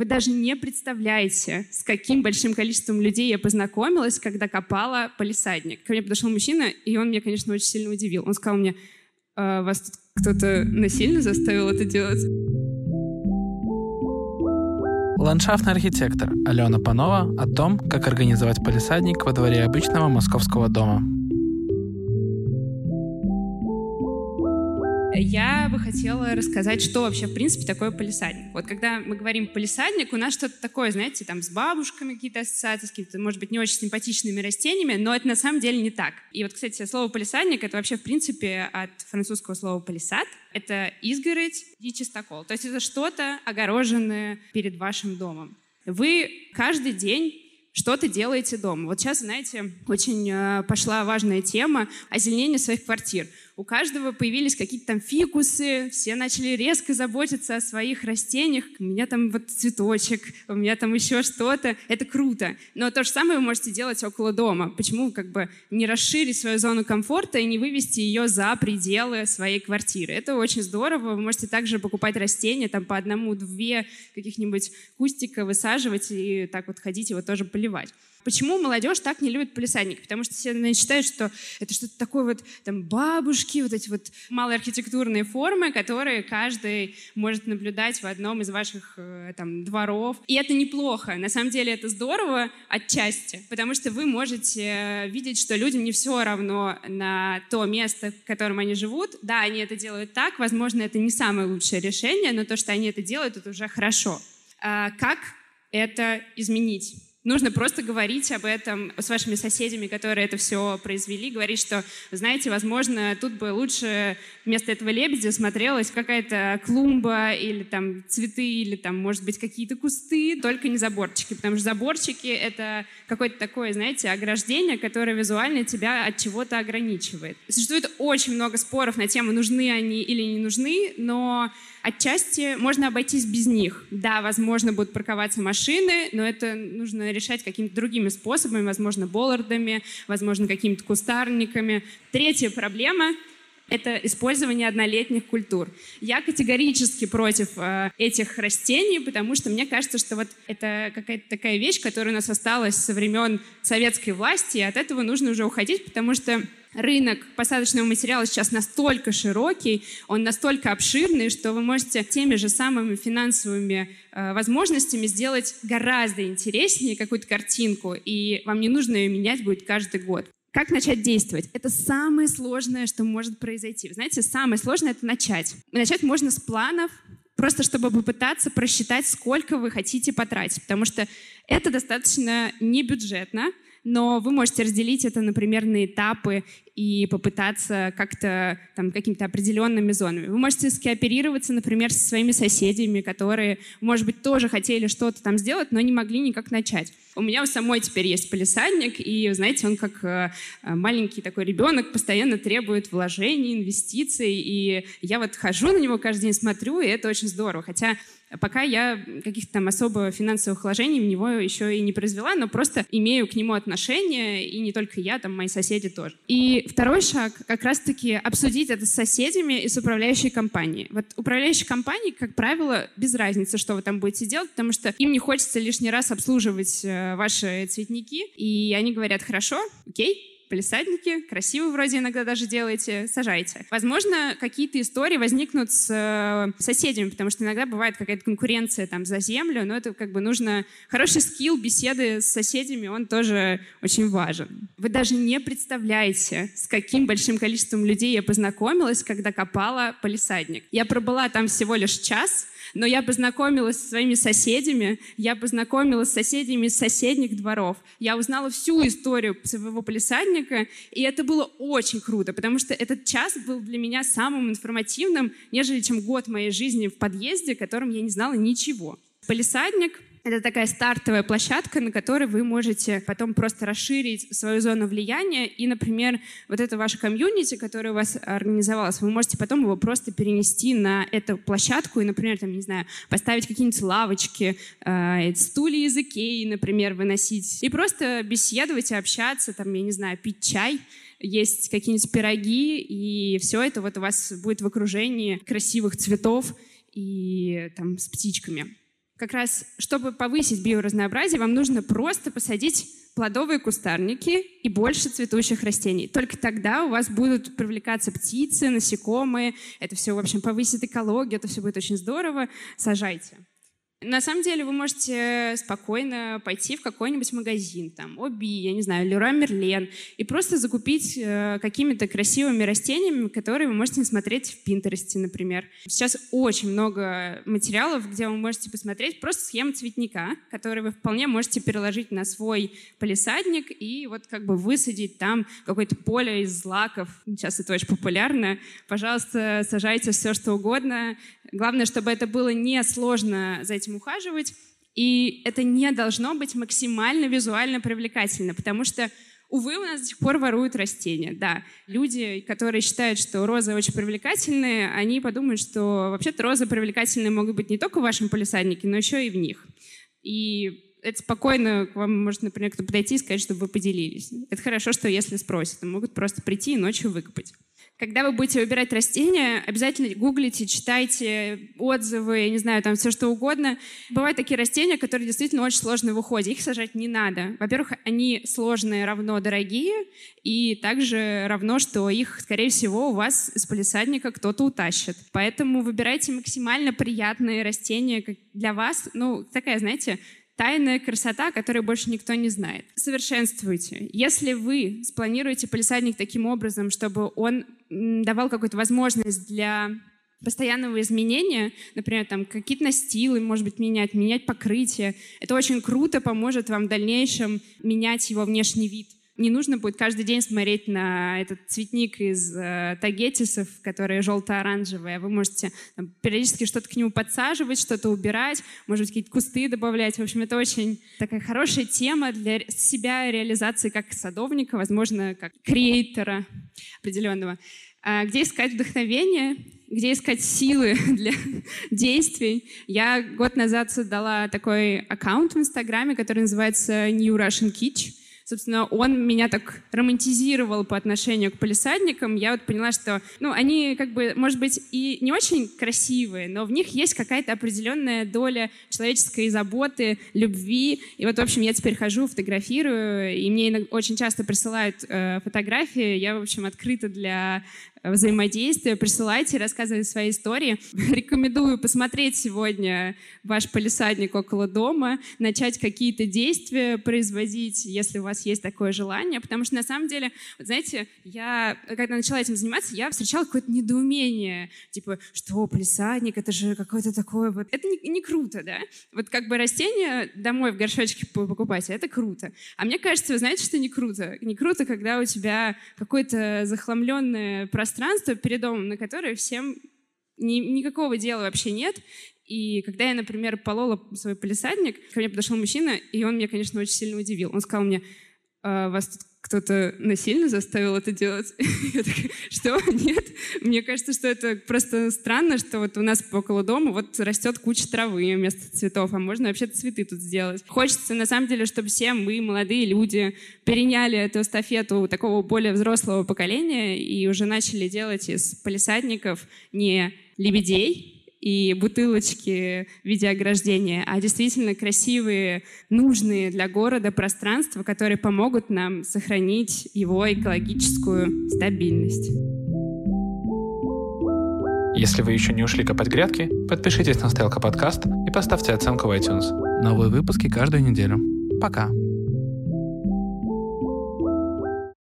Вы даже не представляете, с каким большим количеством людей я познакомилась, когда копала палисадник. Ко мне подошел мужчина, и он меня, конечно, очень сильно удивил. Он сказал мне: «Вас тут кто-то насильно заставил это делать?» Ландшафтный архитектор Алена Панова о том, как организовать палисадник во дворе обычного московского дома. Я бы хотела рассказать, что вообще, в принципе, такое палисадник. Вот когда мы говорим палисадник, у нас что-то такое, знаете, там с бабушками какие-то ассоциации, с какими-то, может быть, не очень симпатичными растениями, но это на самом деле не так. И вот, кстати, слово палисадник — это вообще, в принципе, от французского слова палисад. Это изгородь и чистокол. То есть это что-то огороженное перед вашим домом. Вы каждый день что-то делаете дома. Вот сейчас, знаете, очень пошла важная тема озеленения своих квартир. У каждого появились какие-то там фикусы, все начали резко заботиться о своих растениях. У меня там вот цветочек, у меня там еще что-то. Это круто. Но то же самое вы можете делать около дома. Почему как бы не расширить свою зону комфорта и не вывести ее за пределы своей квартиры? Это очень здорово. Вы можете также покупать растения, там по 1-2 каких-нибудь кустика высаживать и так вот ходить его тоже поливать. Почему молодежь так не любит палисадник? Потому что все, наверное, считают, что это что-то такое вот там бабушки, вот эти вот малоархитектурные формы, которые каждый может наблюдать в одном из ваших там дворов. И это неплохо. На самом деле это здорово отчасти, потому что вы можете видеть, что людям не все равно на то место, в котором они живут. Да, они это делают так, возможно, это не самое лучшее решение, но то, что они это делают, это уже хорошо. Как это изменить? Нужно просто говорить об этом с вашими соседями, которые это все произвели, говорить, что, знаете, возможно, тут бы лучше вместо этого лебедя смотрелась какая-то клумба или там цветы, или там, может быть, какие-то кусты, только не заборчики, потому что заборчики — это какое-то такое, знаете, ограждение, которое визуально тебя от чего-то ограничивает. Существует очень много споров на тему, нужны они или не нужны, но отчасти можно обойтись без них. Да, возможно, будут парковаться машины, но это нужно решать какими-то другими способами, возможно, боллардами, возможно, какими-то кустарниками. Третья проблема — это использование однолетних культур. Я категорически против этих растений, потому что мне кажется, что вот это какая-то такая вещь, которая у нас осталась со времен советской власти, и от этого нужно уже уходить, потому что рынок посадочного материала сейчас настолько широкий, он настолько обширный, что вы можете теми же самыми финансовыми возможностями сделать гораздо интереснее какую-то картинку, и вам не нужно ее менять будет каждый год. Как начать действовать? Это самое сложное, что может произойти. Вы знаете, самое сложное — это начать. Начать можно с планов, просто чтобы попытаться просчитать, сколько вы хотите потратить, потому что это достаточно небюджетно, но вы можете разделить это, например, на этапы и попытаться как-то там какими-то определенными зонами. Вы можете скооперироваться, например, со своими соседями, которые, может быть, тоже хотели что-то там сделать, но не могли никак начать. У меня у самой теперь есть палисадник, и, знаете, он как маленький такой ребенок постоянно требует вложений, инвестиций, и я вот хожу на него каждый день, смотрю, и это очень здорово. Хотя пока я каких-то там особо финансовых вложений в него еще и не произвела, но просто имею к нему отношение, и не только я, там мои соседи тоже. И второй шаг — как раз-таки обсудить это с соседями и с управляющей компанией. Вот управляющей компании, как правило, без разницы, что вы там будете делать, потому что им не хочется лишний раз обслуживать ваши цветники, и они говорят: хорошо, окей, палисадники, красиво вроде иногда даже делаете, сажайте. Возможно, какие-то истории возникнут с соседями, потому что иногда бывает какая-то конкуренция там за землю, но это как бы нужно... Хороший скилл беседы с соседями, он тоже очень важен. Вы даже не представляете, с каким большим количеством людей я познакомилась, когда копала палисадник. Я пробыла там всего лишь час, но я познакомилась со своими соседями, я познакомилась с соседями из соседних дворов. Я узнала всю историю своего палисадника, и это было очень круто, потому что этот час был для меня самым информативным, нежели чем год моей жизни в подъезде, о котором я не знала ничего. Палисадник — это такая стартовая площадка, на которой вы можете потом просто расширить свою зону влияния. И, например, вот это ваше комьюнити, которое у вас организовалось, вы можете потом его просто перенести на эту площадку и, например, там, не знаю, поставить какие-нибудь лавочки, стулья из Икеи, например, выносить. И просто беседовать и общаться, там, я не знаю, пить чай, есть какие-нибудь пироги, и все это вот у вас будет в окружении красивых цветов и там с птичками. как раз, чтобы повысить биоразнообразие, вам нужно просто посадить плодовые кустарники и больше цветущих растений. Только тогда у вас будут привлекаться птицы, насекомые. Это все, в общем, повысит экологию, это все будет очень здорово. Сажайте. На самом деле вы можете спокойно пойти в какой-нибудь магазин, там, Оби, я не знаю, Леруа Мерлен, и просто закупить какими-то красивыми растениями, которые вы можете смотреть в Пинтересте, например. Сейчас очень много материалов, где вы можете посмотреть просто схему цветника, который вы вполне можете переложить на свой палисадник и вот как бы высадить там какое-то поле из злаков. Сейчас это очень популярно. Пожалуйста, сажайте все, что угодно. Главное, чтобы это было несложно за этим ухаживать, и это не должно быть максимально визуально привлекательно, потому что, увы, у нас до сих пор воруют растения. Да, люди, которые считают, что розы очень привлекательные, они подумают, что вообще-то розы привлекательные могут быть не только в вашем палисаднике, но еще и в них. И это спокойно к вам может, например, кто подойти и сказать, чтобы вы поделились. Это хорошо, что если спросят, могут просто прийти и ночью выкопать. Когда вы будете выбирать растения, обязательно гуглите, читайте отзывы, я не знаю, там все что угодно. Бывают такие растения, которые действительно очень сложны в уходе. Их сажать не надо. Во-первых, они сложные равно дорогие, и также равно, что их, скорее всего, у вас из палисадника кто-то утащит. Поэтому выбирайте максимально приятные растения для вас. Ну, такая, знаете, тайная красота, которую больше никто не знает. Совершенствуйте. Если вы спланируете палисадник таким образом, чтобы он давал какую-то возможность для постоянного изменения, например, там какие-то настилы, может быть, менять покрытие, это очень круто поможет вам в дальнейшем менять его внешний вид. Не нужно будет каждый день смотреть на этот цветник из тагетисов, которые желто-оранжевые. Вы можете там, периодически что-то к нему подсаживать, что-то убирать, может быть, какие-то кусты добавлять. В общем, это очень такая хорошая тема для себя реализации как садовника, возможно, как креатора определенного. Где искать вдохновение? Где искать силы для действий? Я год назад создала такой аккаунт в Инстаграме, который называется New Russian Kitsch. Собственно, он меня так романтизировал по отношению к палисадникам. Я вот поняла, что они как бы, может быть, и не очень красивые, но в них есть какая-то определенная доля человеческой заботы, любви. И вот, в общем, я теперь хожу, фотографирую, и мне очень часто присылают фотографии. Я, в общем, открыта для взаимодействия. Присылайте, рассказывайте свои истории. Рекомендую посмотреть сегодня ваш палисадник около дома, начать какие-то действия производить, если у вас есть такое желание. Потому что, на самом деле, вот знаете, я, когда начала этим заниматься, я встречала какое-то недоумение. Типа, что палисадник, это же какое-то такое вот... Это не круто, да? Вот как бы растения домой в горшочке покупать, это круто. А мне кажется, вы знаете, что не круто? Не круто, когда у тебя какое-то захламленное пространство перед домом, на которое всем никакого дела вообще нет. И когда я, например, полола свой палисадник, ко мне подошел мужчина, и он меня, конечно, очень сильно удивил. Он сказал мне: вас тут кто-то насильно заставил это делать? Я такая: что? Нет? Мне кажется, что это просто странно, что вот у нас около дома вот растет куча травы вместо цветов, а можно вообще-то цветы тут сделать. Хочется, на самом деле, чтобы все мы, молодые люди, переняли эту эстафету такого более взрослого поколения и уже начали делать из палисадников не лебедей и бутылочки в виде ограждения, а действительно красивые, нужные для города пространства, которые помогут нам сохранить его экологическую стабильность. Если вы еще не ушли копать грядки, подпишитесь на Стрелка подкаст и поставьте оценку в iTunes. Новые выпуски каждую неделю. Пока!